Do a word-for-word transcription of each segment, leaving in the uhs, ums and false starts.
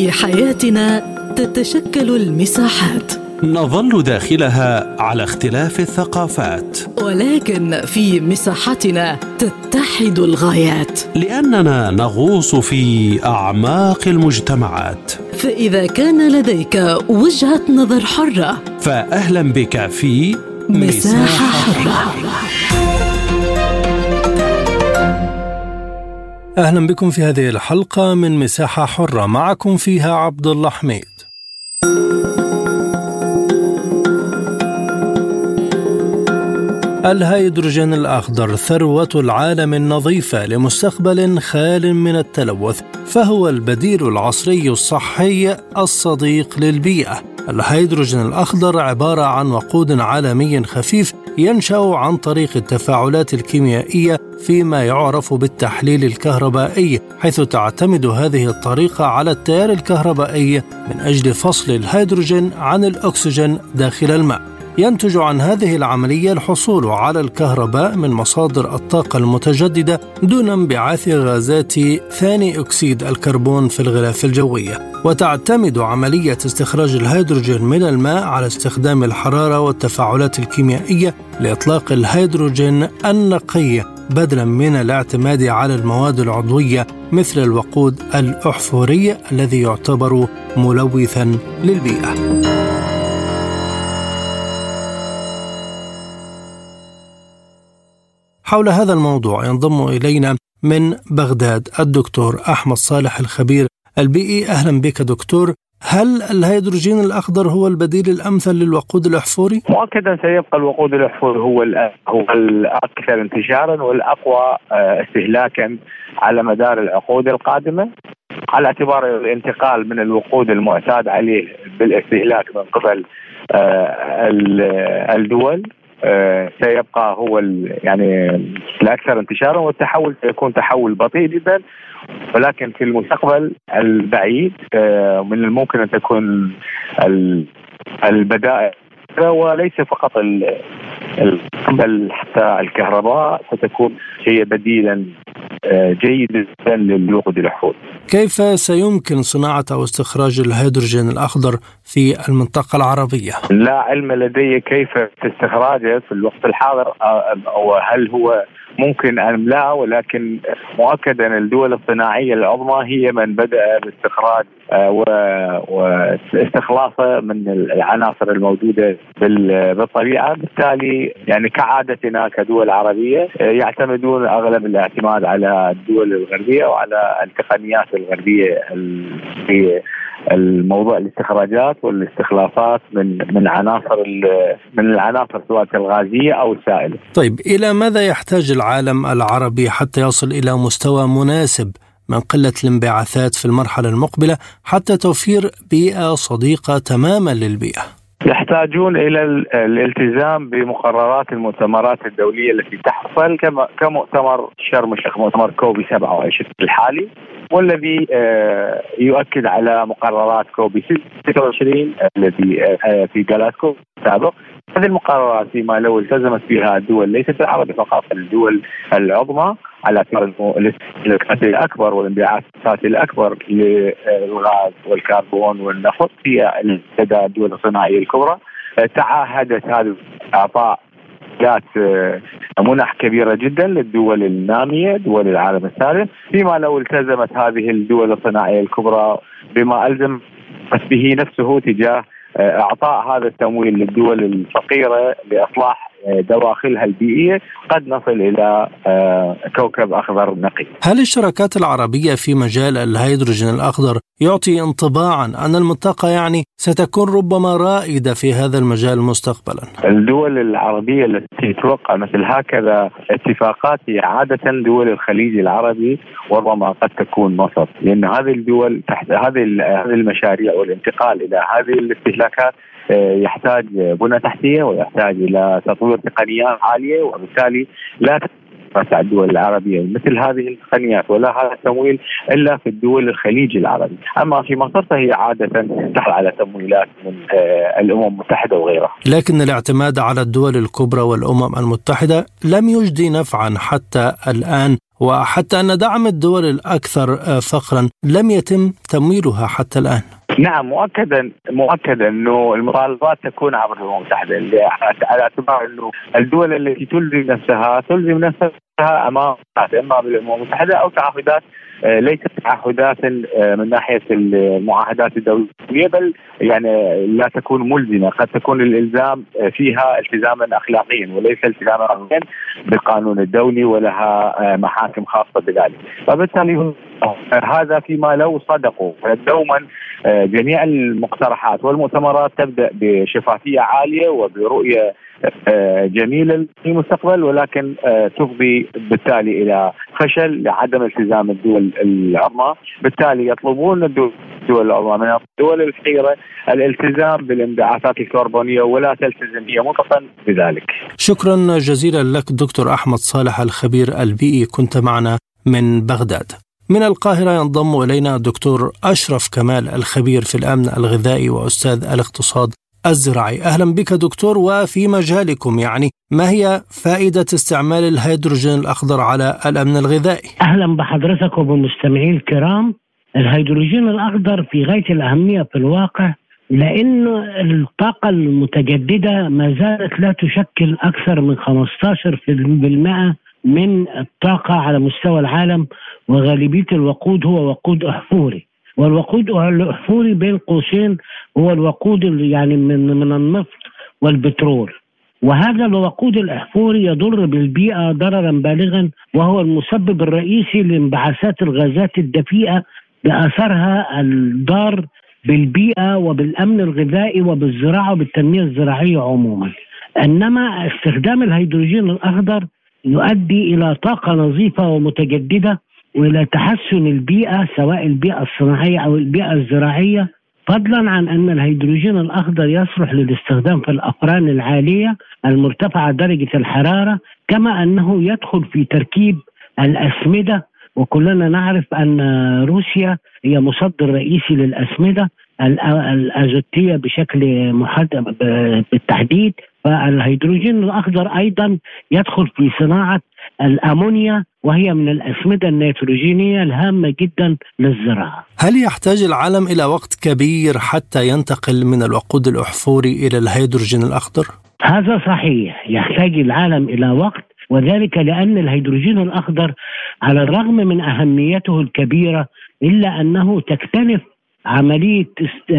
في حياتنا تتشكل المساحات، نظل داخلها على اختلاف الثقافات، ولكن في مساحتنا تتحد الغايات، لأننا نغوص في أعماق المجتمعات. فإذا كان لديك وجهة نظر حرة، فأهلا بك في مساحة حرة. أهلا بكم في هذه الحلقة من مساحة حرة، معكم فيها عبد الله حميد. الهيدروجين الأخضر ثروة العالم النظيفة لمستقبل خال من التلوث، فهو البديل العصري الصحي الصديق للبيئة. الهيدروجين الأخضر عبارة عن وقود عالمي خفيف ينشأ عن طريق التفاعلات الكيميائية فيما يعرف بالتحليل الكهربائي، حيث تعتمد هذه الطريقة على التيار الكهربائي من أجل فصل الهيدروجين عن الأكسجين داخل الماء. ينتج عن هذه العملية الحصول على الكهرباء من مصادر الطاقة المتجددة دون انبعاث غازات ثاني أكسيد الكربون في الغلاف الجوي. وتعتمد عملية استخراج الهيدروجين من الماء على استخدام الحرارة والتفاعلات الكيميائية لإطلاق الهيدروجين النقي، بدلا من الاعتماد على المواد العضوية مثل الوقود الأحفوري الذي يعتبر ملوثا للبيئة. حول هذا الموضوع ينضم إلينا من بغداد الدكتور أحمد صالح الخبير البيئي. أهلا بك دكتور. هل الهيدروجين الأخضر هو البديل الأمثل للوقود الأحفوري؟ مؤكدا سيبقى الوقود الأحفوري هو هو الأكثر انتشارا والأقوى استهلاكا على مدار العقود القادمة، على اعتبار الانتقال من الوقود المعتاد عليه بالاستهلاك من قبل الدول سيبقى هو يعني الأكثر انتشارا، والتحول سيكون تحول بطيء جدا، ولكن في المستقبل البعيد من الممكن أن تكون البدائل، وليس فقط بل حتى الكهرباء ستكون هي بديلا جيدا للوقود الأحفوري. كيف سيمكن صناعة أو استخراج الهيدروجين الأخضر في المنطقة العربية؟ لا علم لدي كيف استخراجه في الوقت الحاضر، أو هل هو ممكن أم لا، ولكن مؤكدا الدول الصناعية العظمى هي من بدأ باستخراج واستخلاصه من العناصر الموجودة بالطبيعة. بالتالي يعني كعادتنا كدول عربية يعتمدون أغلب الاعتماد على الدول الغربية وعلى التقنيات الغربية في الموضوع الاستخراجات والاستخلاصات من من عناصر من العناصر سواء الغازية أو السائلة. طيب، إلى ماذا يحتاج العالم العربي حتى يصل إلى مستوى مناسب من قلة الانبعاثات في المرحلة المقبلة حتى توفير بيئة صديقة تماما للبيئة؟ يحتاجون إلى الالتزام بمقررات المؤتمرات الدولية التي تحصل كمؤتمر شرم الشيخ، مؤتمر كوبي سبعة وعشرين الحالي، والذي يؤكد على مقررات كوبي ستة وعشرين التي في جلاسكو السابق. هذه المقررات فيما لو التزمت بها الدول ليست العربية فقط، الدول العظمى على الاستهلاكات الأكبر والانبعاثات الأكبر للغاز والكربون والنفط في لدى الدول الصناعية الكبرى، تعهدت هذه إعطاء ذات منح كبيرة جدا للدول النامية، دول العالم الثالث، فيما لو التزمت هذه الدول الصناعية الكبرى بما ألزم به نفسه تجاه إعطاء هذا التمويل للدول الفقيرة لإصلاح دواخلها البيئية، قد نصل إلى كوكب أخضر نقي. هل الشراكات العربية في مجال الهيدروجين الأخضر يعطي انطباعا أن المنطقة يعني ستكون ربما رائدة في هذا المجال مستقبلا؟ الدول العربية التي توقع مثل هكذا اتفاقات هي عادة دول الخليج العربي، وربما قد تكون مصر، لأن هذه الدول تحت هذه هذه المشاريع والانتقال إلى هذه الاستهلاكات يحتاج بنى تحتية ويحتاج إلى تطوير تقنيات عالية، وبالتالي لا تتوسع الدول العربية مثل هذه التقنيات ولا هذا التمويل إلا في الدول الخليج العربي. أما في مصر فهي عادة تحصل على تمويلات من الأمم المتحدة وغيرها. لكن الاعتماد على الدول الكبرى والأمم المتحدة لم يجدي نفعا حتى الآن، وحتى أن دعم الدول الأكثر فقرا لم يتم تمويلها حتى الآن. نعم، مؤكدا مؤكدا انه المطالبات تكون عبر الامم المتحده، على اعتبار انه الدول التي تلزم نفسها تلزم نفسها امام اما بالامم المتحده او تعهدات ليست تعهدات من ناحيه المعاهدات الدوليه، بل يعني لا تكون ملزمه، قد تكون الالزام فيها التزاما اخلاقيا وليس التزاما قانونيا بالقانون الدولي ولها محاكم خاصه بذلك. فبالتالي هذا فيما لو صدقوا دوما جميع المقترحات والمؤتمرات تبدأ بشفافية عالية وبرؤية جميلة في المستقبل، ولكن تفضي بالتالي إلى فشل لعدم التزام الدول العظمى. بالتالي يطلبون الدول العظمى من الدول الفقيرة الالتزام بالانبعاثات الكربونية ولا تلتزم هي مطلقا بذلك. شكرا جزيلا لك دكتور أحمد صالح الخبير البيئي، كنت معنا من بغداد. من القاهرة ينضم إلينا الدكتور أشرف كمال الخبير في الأمن الغذائي وأستاذ الاقتصاد الزراعي. أهلا بك دكتور. وفي مجالكم يعني ما هي فائدة استعمال الهيدروجين الأخضر على الأمن الغذائي؟ أهلا بحضرتك وبمستمعي الكرام. الهيدروجين الأخضر في غاية الأهمية في الواقع، لأن الطاقة المتجددة ما زالت لا تشكل أكثر من خمسة عشر بالمئة من الطاقة على مستوى العالم، وغالبية الوقود هو وقود أحفوري، والوقود الأحفوري بين قوسين هو الوقود اللي يعني من من النفط والبترول، وهذا الوقود الأحفوري يضر بالبيئة ضررا بالغا، وهو المسبب الرئيسي لانبعاثات الغازات الدفيئة بأثرها الضار بالبيئة وبالأمن الغذائي وبالزراعة وبالتنمية الزراعية عموما. إنما استخدام الهيدروجين الأخضر يؤدي إلى طاقة نظيفة ومتجددة وإلى تحسن البيئة، سواء البيئة الصناعية أو البيئة الزراعية، فضلا عن أن الهيدروجين الأخضر يصلح للاستخدام في الأفران العالية المرتفعة درجة الحرارة، كما أنه يدخل في تركيب الأسمدة، وكلنا نعرف أن روسيا هي مصدر رئيسي للأسمدة الأزوتية بشكل محدد بالتحديد. فالهيدروجين الأخضر أيضا يدخل في صناعة الأمونيا، وهي من الأسمدة النيتروجينية الهامة جدا للزراعة. هل يحتاج العالم إلى وقت كبير حتى ينتقل من الوقود الأحفوري إلى الهيدروجين الأخضر؟ هذا صحيح، يحتاج العالم إلى وقت، وذلك لأن الهيدروجين الأخضر على الرغم من أهميته الكبيرة إلا أنه تكتنف عملية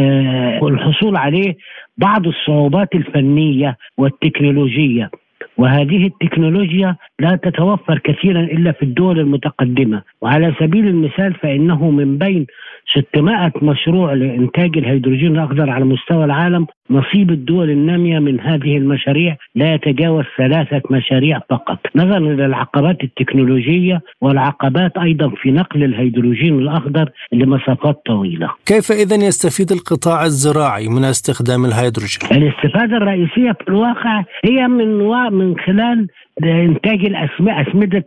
الحصول عليه بعض الصعوبات الفنية والتكنولوجية، وهذه التكنولوجيا لا تتوفر كثيرا إلا في الدول المتقدمة. وعلى سبيل المثال فإنه من بين ستمائة مشروع لإنتاج الهيدروجين الأخضر على مستوى العالم، نصيب الدول النامية من هذه المشاريع لا يتجاوز ثلاثة مشاريع فقط، نظرا للعقبات التكنولوجية والعقبات أيضا في نقل الهيدروجين الأخضر لمسافات طويلة. كيف إذن يستفيد القطاع الزراعي من استخدام الهيدروجين؟ الاستفادة الرئيسية في الواقع هي من من خلال إنتاج الأسمدة،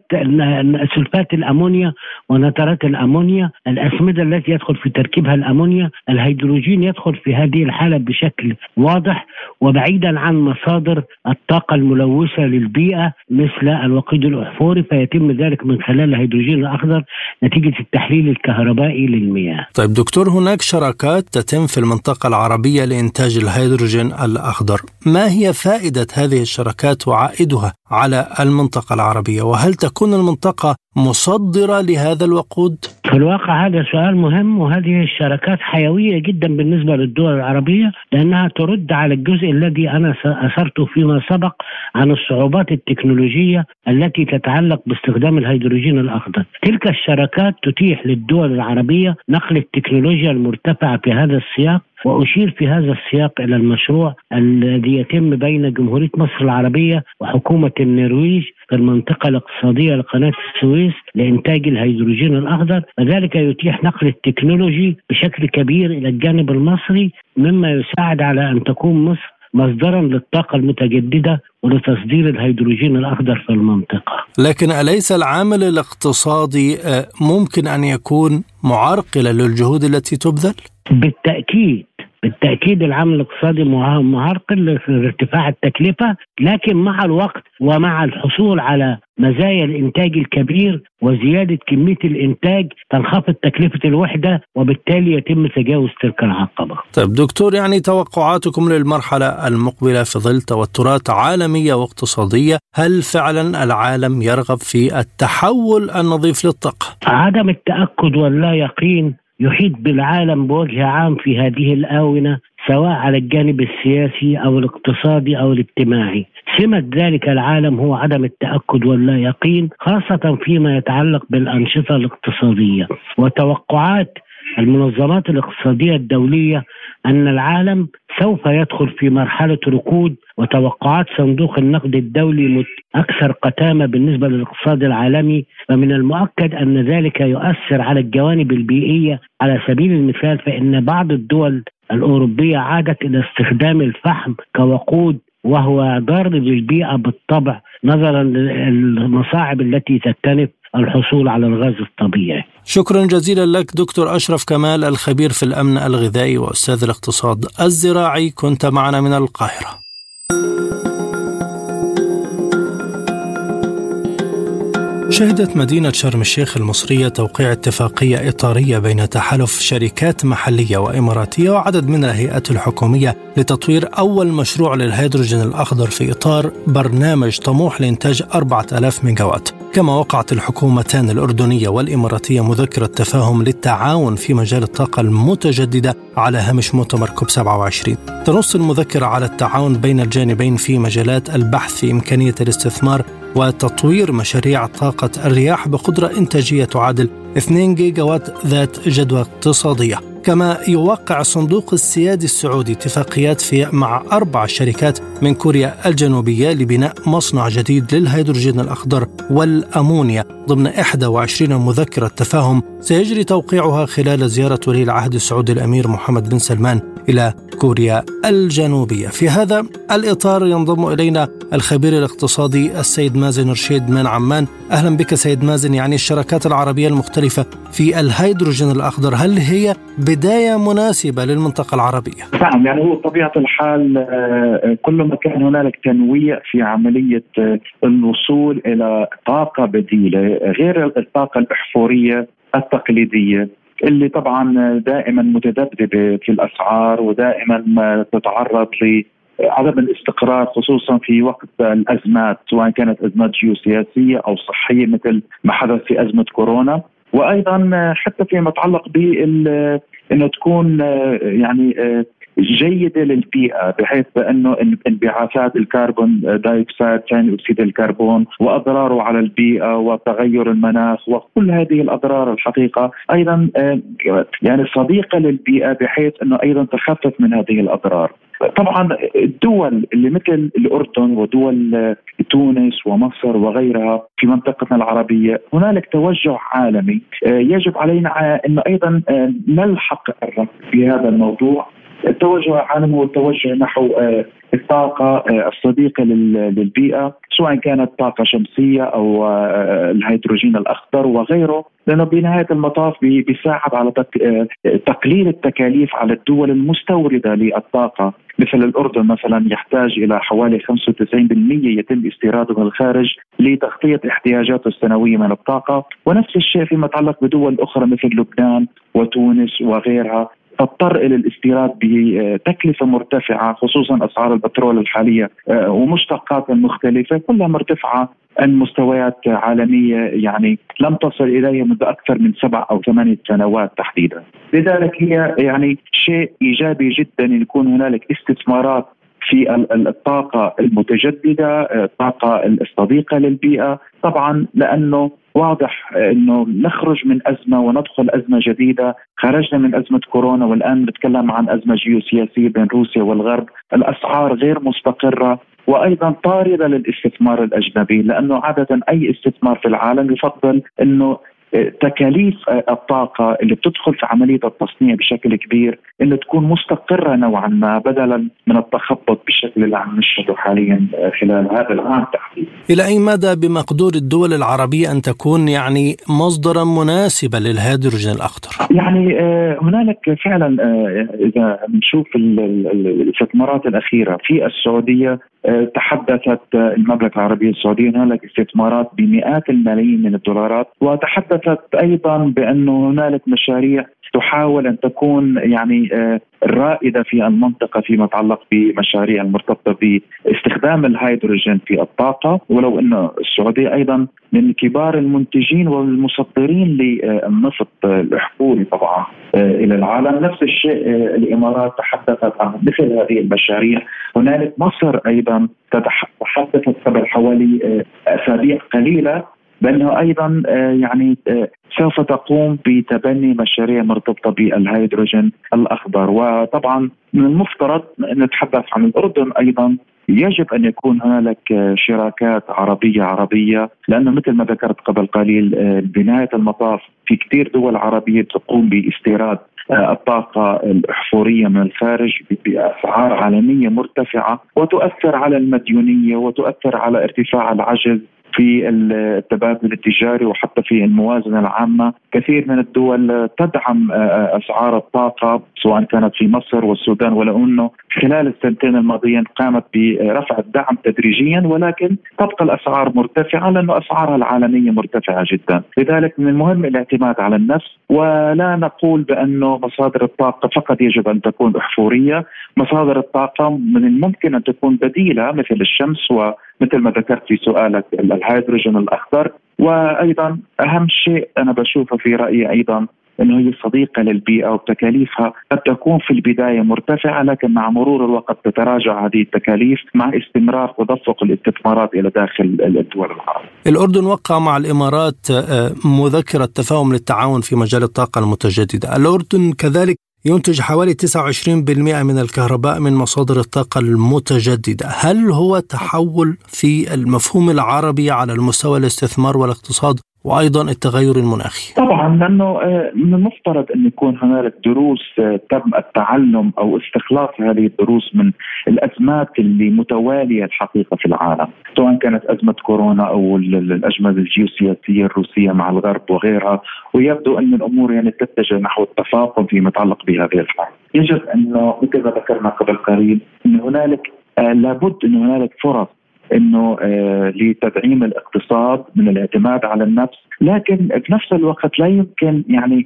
سلفات الأمونيا ونترات الأمونيا، الأسمدة التي يدخل في تركيبها الأمونيا. الهيدروجين يدخل في هذه الحالة بشكل واضح وبعيدا عن مصادر الطاقة الملوثة للبيئة مثل الوقود الأحفوري، فيتم ذلك من خلال الهيدروجين الأخضر نتيجة التحليل الكهربائي للمياه. طيب دكتور، هناك شراكات تتم في المنطقة العربية لإنتاج الهيدروجين الأخضر، ما هي فائدة هذه الشراكات وعائدها على المنطقة العربية؟ وهل تكون المنطقة مصدرة لهذا الوقود؟ في الواقع هذا سؤال مهم، وهذه الشراكات حيوية جدا بالنسبة للدول العربية، لأنها ترد على الجزء الذي أنا أثرته فيما سبق عن الصعوبات التكنولوجية التي تتعلق باستخدام الهيدروجين الأخضر. تلك الشراكات تتيح للدول العربية نقل التكنولوجيا المرتفعة في هذا السياق، وأشير في هذا السياق إلى المشروع الذي يتم بين جمهورية مصر العربية وحكومة النرويج في المنطقة الاقتصادية لقناة السويس لإنتاج الهيدروجين الأخضر، وذلك يتيح نقل التكنولوجي بشكل كبير إلى الجانب المصري، مما يساعد على أن تكون مصر مصدرا للطاقة المتجددة ولتصدير الهيدروجين الأخضر في المنطقة. لكن أليس العامل الاقتصادي ممكن أن يكون معرقلا للجهود التي تبذل؟ بالتأكيد بالتأكيد العامل الاقتصادي معرقل لارتفاع التكلفة، لكن مع الوقت ومع الحصول على مزايا الإنتاج الكبير وزيادة كمية الإنتاج تنخفض تكلفة الوحدة، وبالتالي يتم تجاوز تلك العقبة. طيب دكتور، يعني توقعاتكم للمرحلة المقبلة في ظل توترات عالمية واقتصادية، هل فعلا العالم يرغب في التحول النظيف للطاقة؟ عدم التأكد واللا يقين يحيط بالعالم بوجه عام في هذه الآونة، سواء على الجانب السياسي أو الاقتصادي أو الاجتماعي. سمة ذلك العالم هو عدم التأكد واللا يقين، خاصة فيما يتعلق بالأنشطة الاقتصادية. وتوقعات المنظمات الاقتصادية الدولية أن العالم سوف يدخل في مرحلة ركود، وتوقعات صندوق النقد الدولي أكثر قتامة بالنسبة للاقتصاد العالمي. فمن المؤكد أن ذلك يؤثر على الجوانب البيئية. على سبيل المثال فإن بعض الدول الأوروبية عادت إلى استخدام الفحم كوقود، وهو ضار للبيئة بالطبع نظرا للمصاعب التي تكتنف الحصول على الغاز الطبيعي. شكرا جزيلا لك دكتور أشرف كمال، الخبير في الأمن الغذائي وأستاذ الاقتصاد الزراعي، كنت معنا من القاهرة. شهدت مدينة شرم الشيخ المصرية توقيع اتفاقية إطارية بين تحالف شركات محلية وإماراتية وعدد من الهيئات الحكومية لتطوير أول مشروع للهيدروجين الأخضر في إطار برنامج طموح لإنتاج أربعة آلاف ميجاوات. كما وقعت الحكومتان الأردنية والإماراتية مذكرة تفاهم للتعاون في مجال الطاقة المتجددة على هامش مؤتمر كوب سبعة وعشرين. تنص المذكرة على التعاون بين الجانبين في مجالات البحث في إمكانية الاستثمار وتطوير مشاريع طاقة الرياح بقدرة إنتاجية تعادل اثنين جيجاوات ذات جدوى اقتصادية. كما يوقع الصندوق السيادي السعودي اتفاقيات في مع أربع شركات من كوريا الجنوبية لبناء مصنع جديد للهيدروجين الأخضر والأمونيا ضمن إحدى وعشرين مذكرة تفاهم سيجري توقيعها خلال زيارة ولي العهد السعودي الأمير محمد بن سلمان إلى كوريا الجنوبية. في هذا الإطار ينضم إلينا الخبير الاقتصادي السيد مازن رشيد من عمان. أهلا بك سيد مازن. يعني الشراكات العربية المختلفة في الهيدروجين الأخضر، هل هي بداية مناسبة للمنطقة العربية؟ نعم، يعني هو طبيعة الحال كل ما كان هنالك تنويع في عملية الوصول إلى طاقة بديلة غير الطاقة الأحفورية التقليدية اللي طبعا دائما متذبذبة في الأسعار ودائما تتعرض لعدم الاستقرار، خصوصا في وقت الأزمات سواء كانت أزمات جيوسياسية أو صحية مثل ما حدث في أزمة كورونا. وأيضا حتى فيما يتعلق بال انه تكون يعني جيده للبيئه، بحيث بانه انبعاثات الكربون دايوكسيد ثاني اكسيد الكربون واضراره على البيئه وتغير المناخ وكل هذه الاضرار الحقيقه ايضا يعني صديقه للبيئه، بحيث انه ايضا تخفف من هذه الاضرار. طبعا الدول اللي مثل الأردن ودول تونس ومصر وغيرها في منطقتنا العربية هنالك توجه عالمي يجب علينا أن أيضا نلحق في هذا الموضوع. التوجه العالمي هو التوجه نحو الطاقة الصديقة للبيئة، سواء كانت طاقة شمسية أو الهيدروجين الأخضر وغيره، لأنه بنهاية المطاف بيساعد على تقليل التكاليف على الدول المستوردة للطاقة. مثل الأردن مثلا يحتاج إلى حوالي خمسة وتسعين بالمئة يتم استيراده من الخارج لتغطية احتياجاته السنوية من الطاقة، ونفس الشيء فيما يتعلق بدول أخرى مثل لبنان وتونس وغيرها تضطر إلى الاستيراد بتكلفة مرتفعة، خصوصا أسعار البترول الحالية ومشتقاتها المختلفة كلها مرتفعة عن مستويات عالمية يعني لم تصل إليها منذ أكثر من سبع أو ثمانية سنوات تحديدا. لذلك هي يعني شيء إيجابي جدا أن يكون هنالك استثمارات في الطاقة المتجددة، الطاقة الصديقة للبيئة، طبعا لأنه واضح أنه نخرج من أزمة وندخل أزمة جديدة. خرجنا من أزمة كورونا والآن نتكلم عن أزمة جيوسياسية بين روسيا والغرب، الأسعار غير مستقرة وأيضا طاردة للاستثمار الأجنبي، لأنه عادة أي استثمار في العالم يفضل أنه تكاليف الطاقة اللي بتدخل في عملية التصنيع بشكل كبير إنه تكون مستقرة نوعا ما بدلا من التخبط بالشكل اللي عم نشهده حاليا خلال هذا العام تحديدا. إلى أي مدى بمقدور الدول العربية أن تكون يعني مصدرا مناسبا للهيدروجين الأخضر؟ يعني هنالك فعلا إذا نشوف الاستثمارات الأخيرة في السعودية، تحدثت المملكة العربية السعودية هنالك استثمارات بمئات الملايين من الدولارات، وتحدثت أيضا بأنه هنالك مشاريع تحاول أن تكون يعني الرائدة في المنطقة فيما يتعلق بمشاريع المرتبطة باستخدام الهيدروجين في الطاقة، ولو أن السعودية أيضا من كبار المنتجين والمصدرين للنفط الأحفوري طبعا إلى العالم. نفس الشيء الإمارات تحدثت عن مثل هذه المشاريع. هنالك مصر أيضا تحدثت قبل حوالي أسابيع قليلة بأنه أيضا يعني سوف تقوم بتبني مشاريع مرتبطة بالهيدروجين الأخضر. وطبعا من المفترض نتحدث عن الأردن أيضا، يجب أن يكون هنالك شراكات عربية عربية، لأنه مثل ما ذكرت قبل قليل بنهاية المطاف في كثير دول عربية تقوم باستيراد الطاقة الأحفورية من الخارج بأسعار عالمية مرتفعة، وتؤثر على المديونية وتؤثر على ارتفاع العجز في التبادل التجاري وحتى في الموازنة العامة. كثير من الدول تدعم أسعار الطاقة سواء كانت في مصر والسودان، ولو أنه خلال السنتين الماضيين قامت برفع الدعم تدريجيا، ولكن تبقى الأسعار مرتفعة لأنه أسعارها العالمية مرتفعة جدا. لذلك من المهم الاعتماد على النفس، ولا نقول بأنه مصادر الطاقة فقط يجب أن تكون أحفورية. مصادر الطاقة من الممكن أن تكون بديلة مثل الشمس، ومثل ما ذكرت في سؤالك الهيدروجين الأخضر. وأيضا أهم شيء أنا بشوفه في رأيي أيضا أنه هي صديقة للبيئة، وتكاليفها قد تكون في البداية مرتفعة، لكن مع مرور الوقت تتراجع هذه التكاليف مع استمرار تدفق الاستثمارات إلى داخل الدول العربية. الأردن وقع مع الإمارات مذكرة تفاهم للتعاون في مجال الطاقة المتجددة. الأردن كذلك ينتج حوالي تسعة وعشرين بالمئة من الكهرباء من مصادر الطاقة المتجددة. هل هو تحول في المفهوم العربي على المستوى الاستثمار والاقتصاد وأيضا التغير المناخي؟ طبعا، لأنه من المفترض أن يكون هنالك دروس تم التعلم أو استخلاص هذه الدروس من الأزمات اللي متوالية الحقيقة في العالم، سواء كانت أزمة كورونا أو الأزمة الجيوسياسية الروسية مع الغرب وغيرها. ويبدو أن الأمور يعني تتجه نحو التفاقم فيما يتعلق بهذه الحالة. يجب أنه مثل ما ذكرنا قبل قليل أن هنالك آه لابد أن هنالك فرص انه آه لتدعيم الاقتصاد من الاعتماد على النفس، لكن بنفس الوقت لا يمكن يعني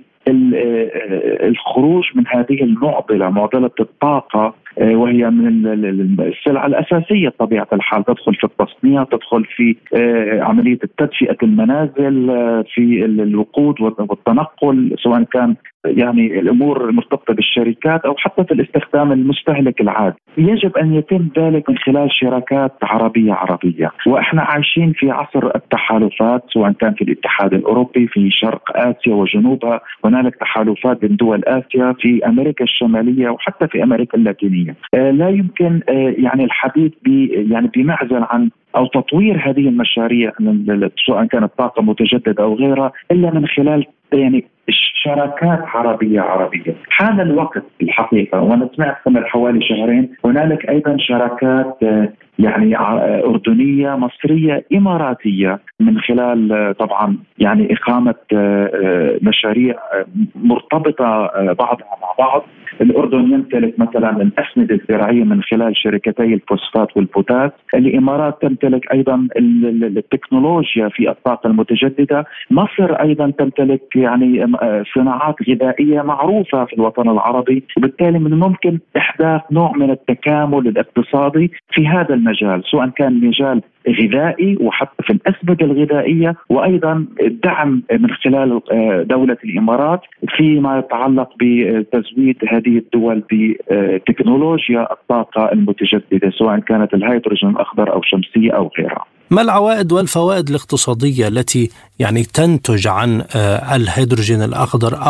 الخروج من هذه المعضله، معضله الطاقه، آه وهي من السلع الاساسيه بطبيعه الحال، تدخل في التصنيع، تدخل في آه عمليه تدفئه المنازل، آه في الوقود والتنقل، سواء كان يعني الامور المرتبطه بالشركات او حتى في الاستخدام المستهلك العادي. يجب ان يتم ذلك من خلال شراكات عربيه عربيه، واحنا عايشين في عصر التحالفات، سواء كان في الاتحاد الاوروبي، في شرق اسيا وجنوبها، هنالك تحالفات بين دول اسيا، في امريكا الشماليه وحتى في امريكا اللاتينيه. آه لا يمكن آه يعني الحديث ب يعني بمعزل عن أو تطوير هذه المشاريع سواء كانت طاقة متجددة أو غيرها إلا من خلال يعني شراكات عربية عربية. حان الوقت الحقيقة، وأنا سمعت قبل حوالي شهرين هنالك أيضا شراكات يعني أردنية مصرية إماراتية من خلال طبعا يعني إقامة مشاريع مرتبطة بعضها مع بعض. الأردن يمتلك مثلا الأسمدة الزراعية من خلال شركتي الفوسفات والبوتاس، الإمارات تمتلك أيضا التكنولوجيا في الطاقة المتجددة، مصر أيضا تمتلك يعني صناعات غذائية معروفة في الوطن العربي، وبالتالي من الممكن إحداث نوع من التكامل الاقتصادي في هذا المجال، سواء كان مجال غذائي وحتى في الأسمدة الغذائية، وأيضا الدعم من خلال دولة الإمارات فيما يتعلق بتزويد هذه الدول بتكنولوجيا الطاقة المتجددة، سواء كانت الهيدروجين الأخضر أو شمسية أو غيرها. ما العوائد والفوائد الاقتصادية التي يعني تنتج عن الهيدروجين الأخضر أو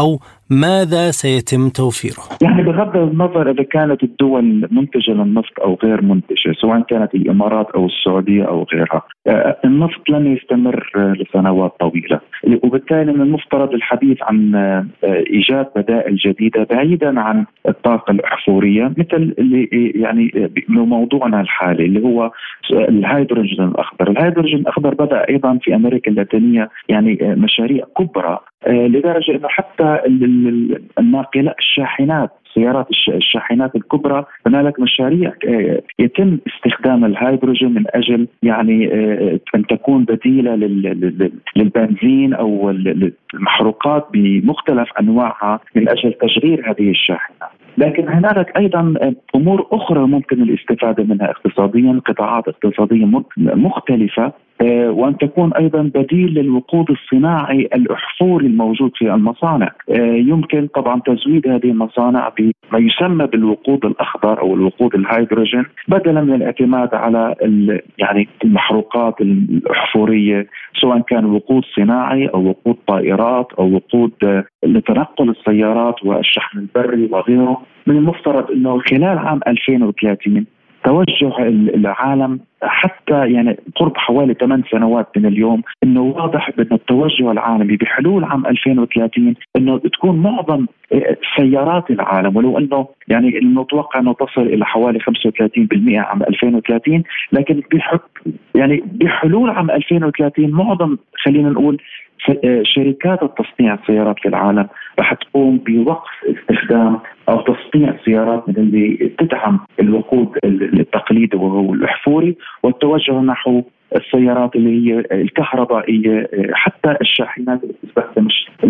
ماذا سيتم توفيره؟ يعني بغض النظر إذا كانت الدول منتجة للنفط أو غير منتجة، سواء كانت الإمارات أو السعودية أو غيرها، النفط لن يستمر لسنوات طويلة، وبالتالي من المفترض الحديث عن إيجاد بدائل جديدة بعيدا عن الطاقة الأحفورية، مثل اللي يعني موضوعنا الحالي اللي هو الهيدروجين الأخضر. الهيدروجين الأخضر بدأ أيضا في أمريكا اللاتينية يعني مشاريع كبرى، لدرجة أنه حتى الناقلات الشاحنات سيارات الشاحنات الكبرى هنالك مشاريع يتم استخدام الهيدروجين من أجل يعني أن تكون بديلة للبنزين أو المحروقات بمختلف أنواعها من أجل تشغيل هذه الشاحنات. لكن هنالك أيضا أمور أخرى ممكن الاستفادة منها اقتصاديا، قطاعات اقتصادية مختلفة، وأن تكون أيضا بديل للوقود الصناعي الأحفوري الموجود في المصانع. يمكن طبعا تزويد هذه المصانع بما يسمى بالوقود الأخضر أو الوقود الهيدروجين، بدلا من الاعتماد على يعني المحروقات الأحفورية، سواء كان وقود صناعي أو وقود طائرات أو وقود لتنقل السيارات والشحن البري وغيره. من المفترض أنه خلال عام ألفين وثلاثين توجه العالم حتى يعني قرب حوالي ثمان سنوات من اليوم، انه واضح بان التوجه العالمي بحلول عام ألفين وثلاثين انه تكون معظم سيارات العالم، ولو انه يعني المتوقع انه تصل الى حوالي خمسة وثلاثين بالمئة عام ألفين وثلاثين، لكن بحب يعني بحلول عام ألفين وثلاثين معظم خلينا نقول شركات التصنيع السيارات في العالم راح تقوم بوقف استخدام أو تصنيع سيارات من اللي تدعم الوقود التقليدي وهو الأحفوري، والتوجه نحو السيارات اللي هي الكهربائية، حتى الشاحنات اللي تستخدم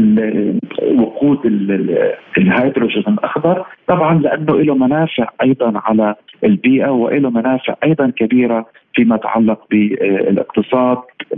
وقود الهيدروجين الأخضر، طبعا لأنه له منافع أيضا على البيئة وله منافع أيضا كبيرة فيما يتعلق بالاقتصاد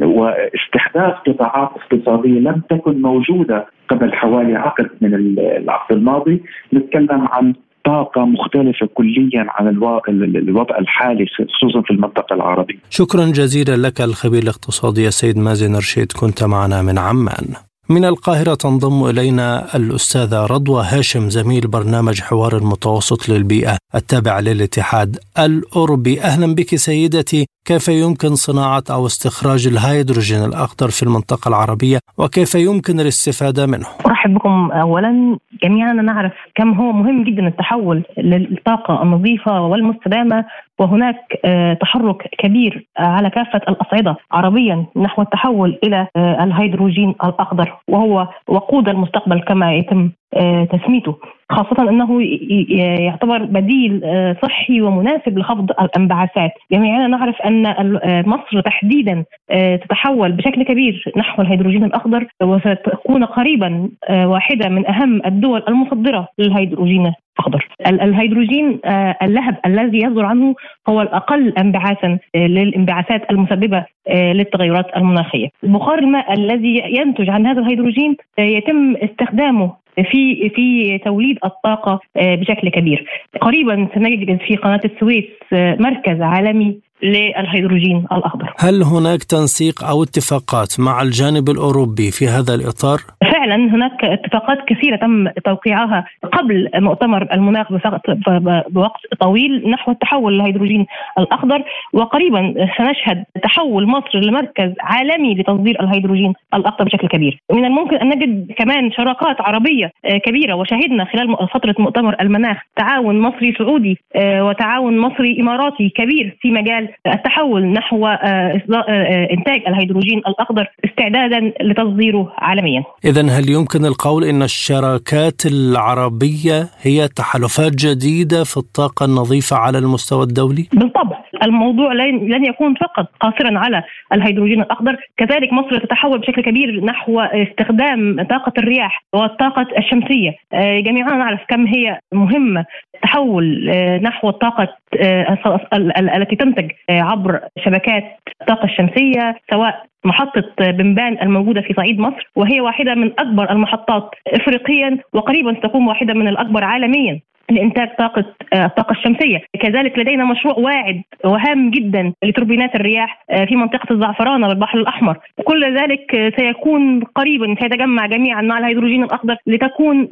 واستحداث قطاعات اقتصادية لم تكن موجودة قبل حوالي عقد من العقد الماضي. نتكلم عن طاقة مختلفة كليا عن الوضع الحالي خصوصا في المنطقة العربية. شكرا جزيلا لك الخبير الاقتصادي السيد مازن رشيد، كنت معنا من عمان. من القاهرة تنضم إلينا الأستاذة رضوى هاشم، زميل برنامج حوار المتوسط للبيئة التابع للاتحاد الأوروبي. أهلا بك سيدتي. كيف يمكن صناعة أو استخراج الهيدروجين الأخضر في المنطقة العربية وكيف يمكن الاستفادة منه؟ أرحب بكم. أولا جميعا نعرف كم هو مهم جدا التحول للطاقة النظيفة والمستدامة، وهناك تحرك كبير على كافة الأصعدة عربيا نحو التحول إلى الهيدروجين الأخضر، وهو وقود المستقبل كما يتم تسميته، خاصة أنه يعتبر بديل صحي ومناسب لخفض الانبعاثات. جميعنا نعرف أن مصر تحديدا تتحول بشكل كبير نحو الهيدروجين الأخضر، وستكون قريبا واحدة من أهم الدول المصدرة للهيدروجين الأخضر. الهيدروجين اللهب الذي يصدر عنه هو الأقل انبعاثا للانبعاثات المسببة للتغيرات المناخية. بخار الماء الذي ينتج عن هذا الهيدروجين يتم استخدامه في في توليد الطاقة بشكل كبير. قريبا سنجد في قناة السويس مركز عالمي للهيدروجين الأخضر. هل هناك تنسيق أو اتفاقات مع الجانب الأوروبي في هذا الإطار؟ فعلا هناك اتفاقات كثيرة تم توقيعها قبل مؤتمر المناخ بوقت طويل نحو التحول للهيدروجين الأخضر، وقريبا سنشهد تحول مصر لمركز عالمي لتصدير الهيدروجين الأخضر بشكل كبير. من الممكن أن نجد كمان شراكات عربية كبيرة، وشهدنا خلال فترة مؤتمر المناخ تعاون مصري سعودي وتعاون مصري إماراتي كبير في مجال التحول نحو إنتاج الهيدروجين الأخضر استعدادا لتصديره عالميا. إذن هل يمكن القول إن الشراكات العربية هي تحالفات جديدة في الطاقة النظيفة على المستوى الدولي؟ بالطبع الموضوع لن يكون فقط قاصرا على الهيدروجين الأخضر، كذلك مصر تتحول بشكل كبير نحو استخدام طاقة الرياح والطاقة الشمسية. جميعنا نعرف كم هي مهمة تحول نحو الطاقة التي تنتج عبر شبكات الطاقة الشمسية، سواء محطة بنبان الموجودة في صعيد مصر، وهي واحدة من أكبر المحطات إفريقيا وقريبا ستكون واحدة من الأكبر عالميا. لإنتاج طاقة الطاقة الشمسية. كذلك لدينا مشروع واعد وهام جدا لتوربينات الرياح في منطقة الزعفرانة والبحر الأحمر. كل ذلك سيكون قريبا سيتجمع جميعا مع الهيدروجين الأخضر لتكون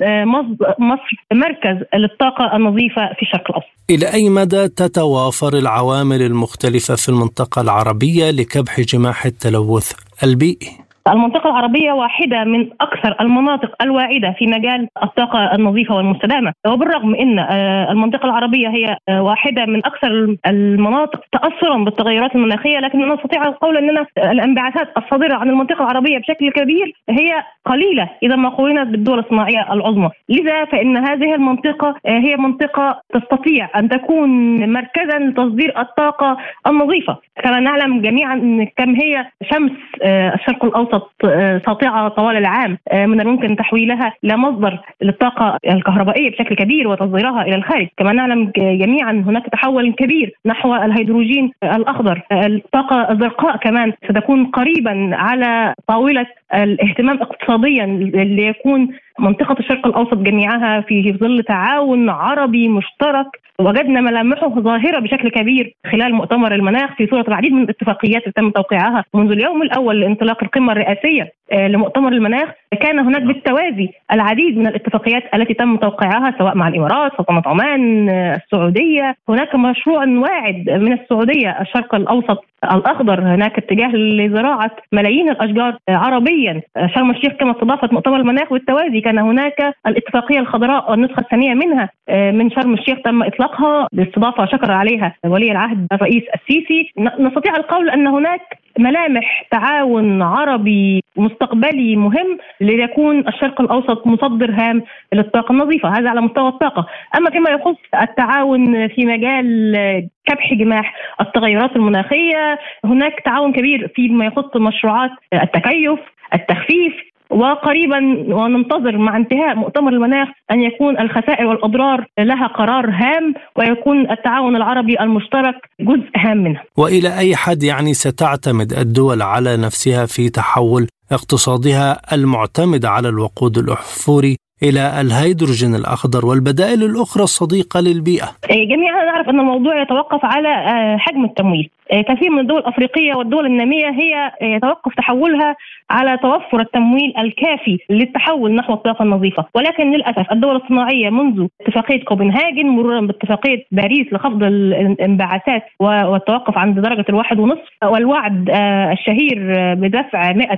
مصر مركز للطاقة النظيفة في الشرق الأوسط. إلى أي مدى تتوافر العوامل المختلفة في المنطقة العربية لكبح جماح التلوث البيئي؟ المنطقة العربية واحدة من أكثر المناطق الواعدة في مجال الطاقة النظيفة والمستدامة، وبالرغم أن المنطقة العربية هي واحدة من أكثر المناطق تأثرا بالتغيرات المناخية، لكن نستطيع القول أن الانبعاثات الصادرة عن المنطقة العربية بشكل كبير هي قليلة إذا ما قارنت بالدول الصناعية العظمى. لذا فإن هذه المنطقة هي منطقة تستطيع أن تكون مركزا لتصدير الطاقة النظيفة. كما نعلم جميعا كم هي شمس الشرق الأوسط ساطعة طوال العام، من الممكن تحويلها لمصدر للطاقة الكهربائية بشكل كبير وتصديرها إلى الخارج. كما نعلم جميعا هناك تحول كبير نحو الهيدروجين الأخضر. الطاقة الزرقاء كمان ستكون قريبا على طاولة الاهتمام اقتصاديا ليكون منطقة الشرق الأوسط جميعها في ظل تعاون عربي مشترك. وجدنا ملامحه ظاهرة بشكل كبير خلال مؤتمر المناخ في صورة العديد من الاتفاقيات اللي تم توقيعها منذ اليوم الأول لانطلاق القمة الرئاسية لمؤتمر المناخ. كان هناك بالتوازي العديد من الاتفاقيات التي تم توقيعها سواء مع الإمارات، سلطنة عمان، السعودية. هناك مشروع واعد من السعودية الشرق الأوسط الأخضر، هناك اتجاه لزراعة ملايين الأشجار عربيا. شرم الشيخ كما استضافت مؤتمر المناخ، بالتوازي كان هناك الاتفاقية الخضراء النسخة الثانية منها من شرم الشيخ تم إطلاقها باستضافة شكر عليها ولي العهد الرئيس السيسي. نستطيع القول أن هناك ملامح تعاون عربي مستقبلي مهم ليكون الشرق الأوسط مصدر هام للطاقة النظيفة. هذا على مستوى الطاقة. أما فيما يخص التعاون في مجال كبح جماح التغيرات المناخية، هناك تعاون كبير فيما يخص مشروعات التكيف، التخفيف، وقريبا وننتظر مع انتهاء مؤتمر المناخ أن يكون الخسائر والأضرار لها قرار هام ويكون التعاون العربي المشترك جزء هام منه. وإلى أي حد يعني ستعتمد الدول على نفسها في تحول اقتصادها المعتمد على الوقود الأحفوري إلى الهيدروجين الأخضر والبدائل الأخرى الصديقة للبيئة؟ جميعا نعرف أن الموضوع يتوقف على حجم التمويل. كثير من الدول الأفريقية والدول النامية هي يتوقف تحولها على توفر التمويل الكافي للتحول نحو الطاقة النظيفة، ولكن للأسف الدول الصناعية منذ اتفاقية كوبنهاجن مرورا باتفاقية باريس لخفض الانبعاثات والتوقف عند درجة الواحد ونصف، والوعد الشهير بدفع مئة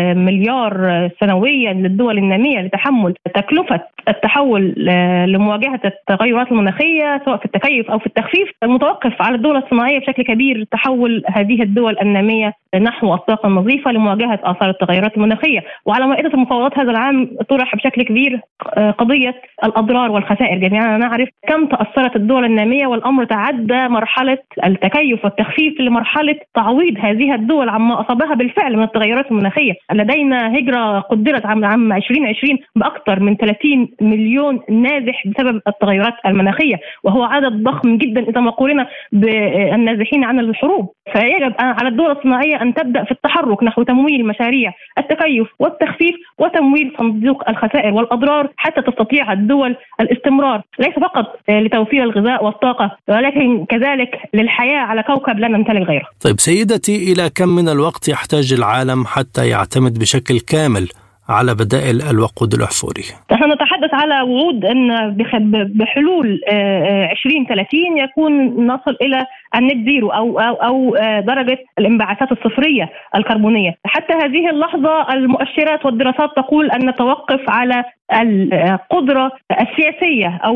مليار سنويا للدول النامية لتحمل تكلفة التحول لمواجهة التغيرات المناخية سواء في التكيف أو في التخفيف، المتوقف على الدول الصناعية بشكل كبير تحول هذه الدول النامية نحو الطاقة النظيفة لمواجهة آثار التغيرات المناخية. وعلى مائدة المفاوضات هذا العام طرح بشكل كبير قضية الأضرار والخسائر. جميعا نعرف كم تأثرت الدول النامية، والأمر تعدى مرحلة التكيف والتخفيف لمرحلة تعويض هذه الدول عما أصابها بالفعل من التغيرات المناخية. لدينا هجرة قدرت عام عام عشرين عشرين بأكثر من ثلاثين مليون نازح بسبب التغيرات المناخية، وهو عدد ضخم جدا إذا ما قارنا بالنازحين عن الحروب. فيجب على الدول الصناعية أن تبدأ في التحرك نحو تمويل مشاريع التكيف والتخفيف وتمويل صندوق الخسائر والأضرار حتى تستطيع الدول الاستمرار ليس فقط لتوفير الغذاء والطاقة ولكن كذلك للحياة على كوكب لا نمتلك غيره. طيب سيدتي، إلى كم من الوقت يحتاج العالم حتى يعتمد بشكل كامل على بدائل الوقود الأحفوري؟ نحن نتحدث على وعود أن بحلول عشرين ثلاثين يكون نصل إلى النت زيرو أو أو أو درجة الانبعاثات الصفرية الكربونية. حتى هذه اللحظة المؤشرات والدراسات تقول أن نتوقف على القدرة السياسية أو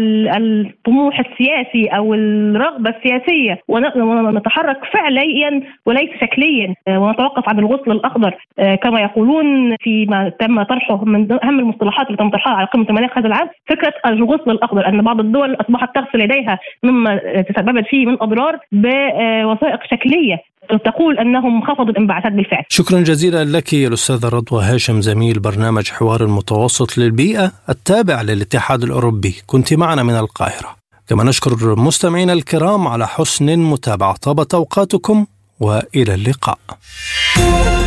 الطموح السياسي أو الرغبة السياسية ونتحرك فعليا وليس شكليا، ونتوقف عن الغسل الأخضر كما يقولون فيما تم طرحه من أهم المصطلحات اللي تم طرحها على قمة المناخ هذا العام، فكرة الغسل الأخضر، أن بعض الدول أصبحت تغسل يديها مما تسببت فيه من أضرار بوثائق شكلية تقول أنهم خفضوا الانبعاثات بالفعل. شكرا جزيلا لك يا الأستاذة رضوى هاشم، زميل برنامج حوار المتوسط للبيئة التابع للاتحاد الأوروبي، كنت معنا من القاهرة. كما نشكر مستمعينا الكرام على حسن المتابعة. طابت أوقاتكم وإلى اللقاء.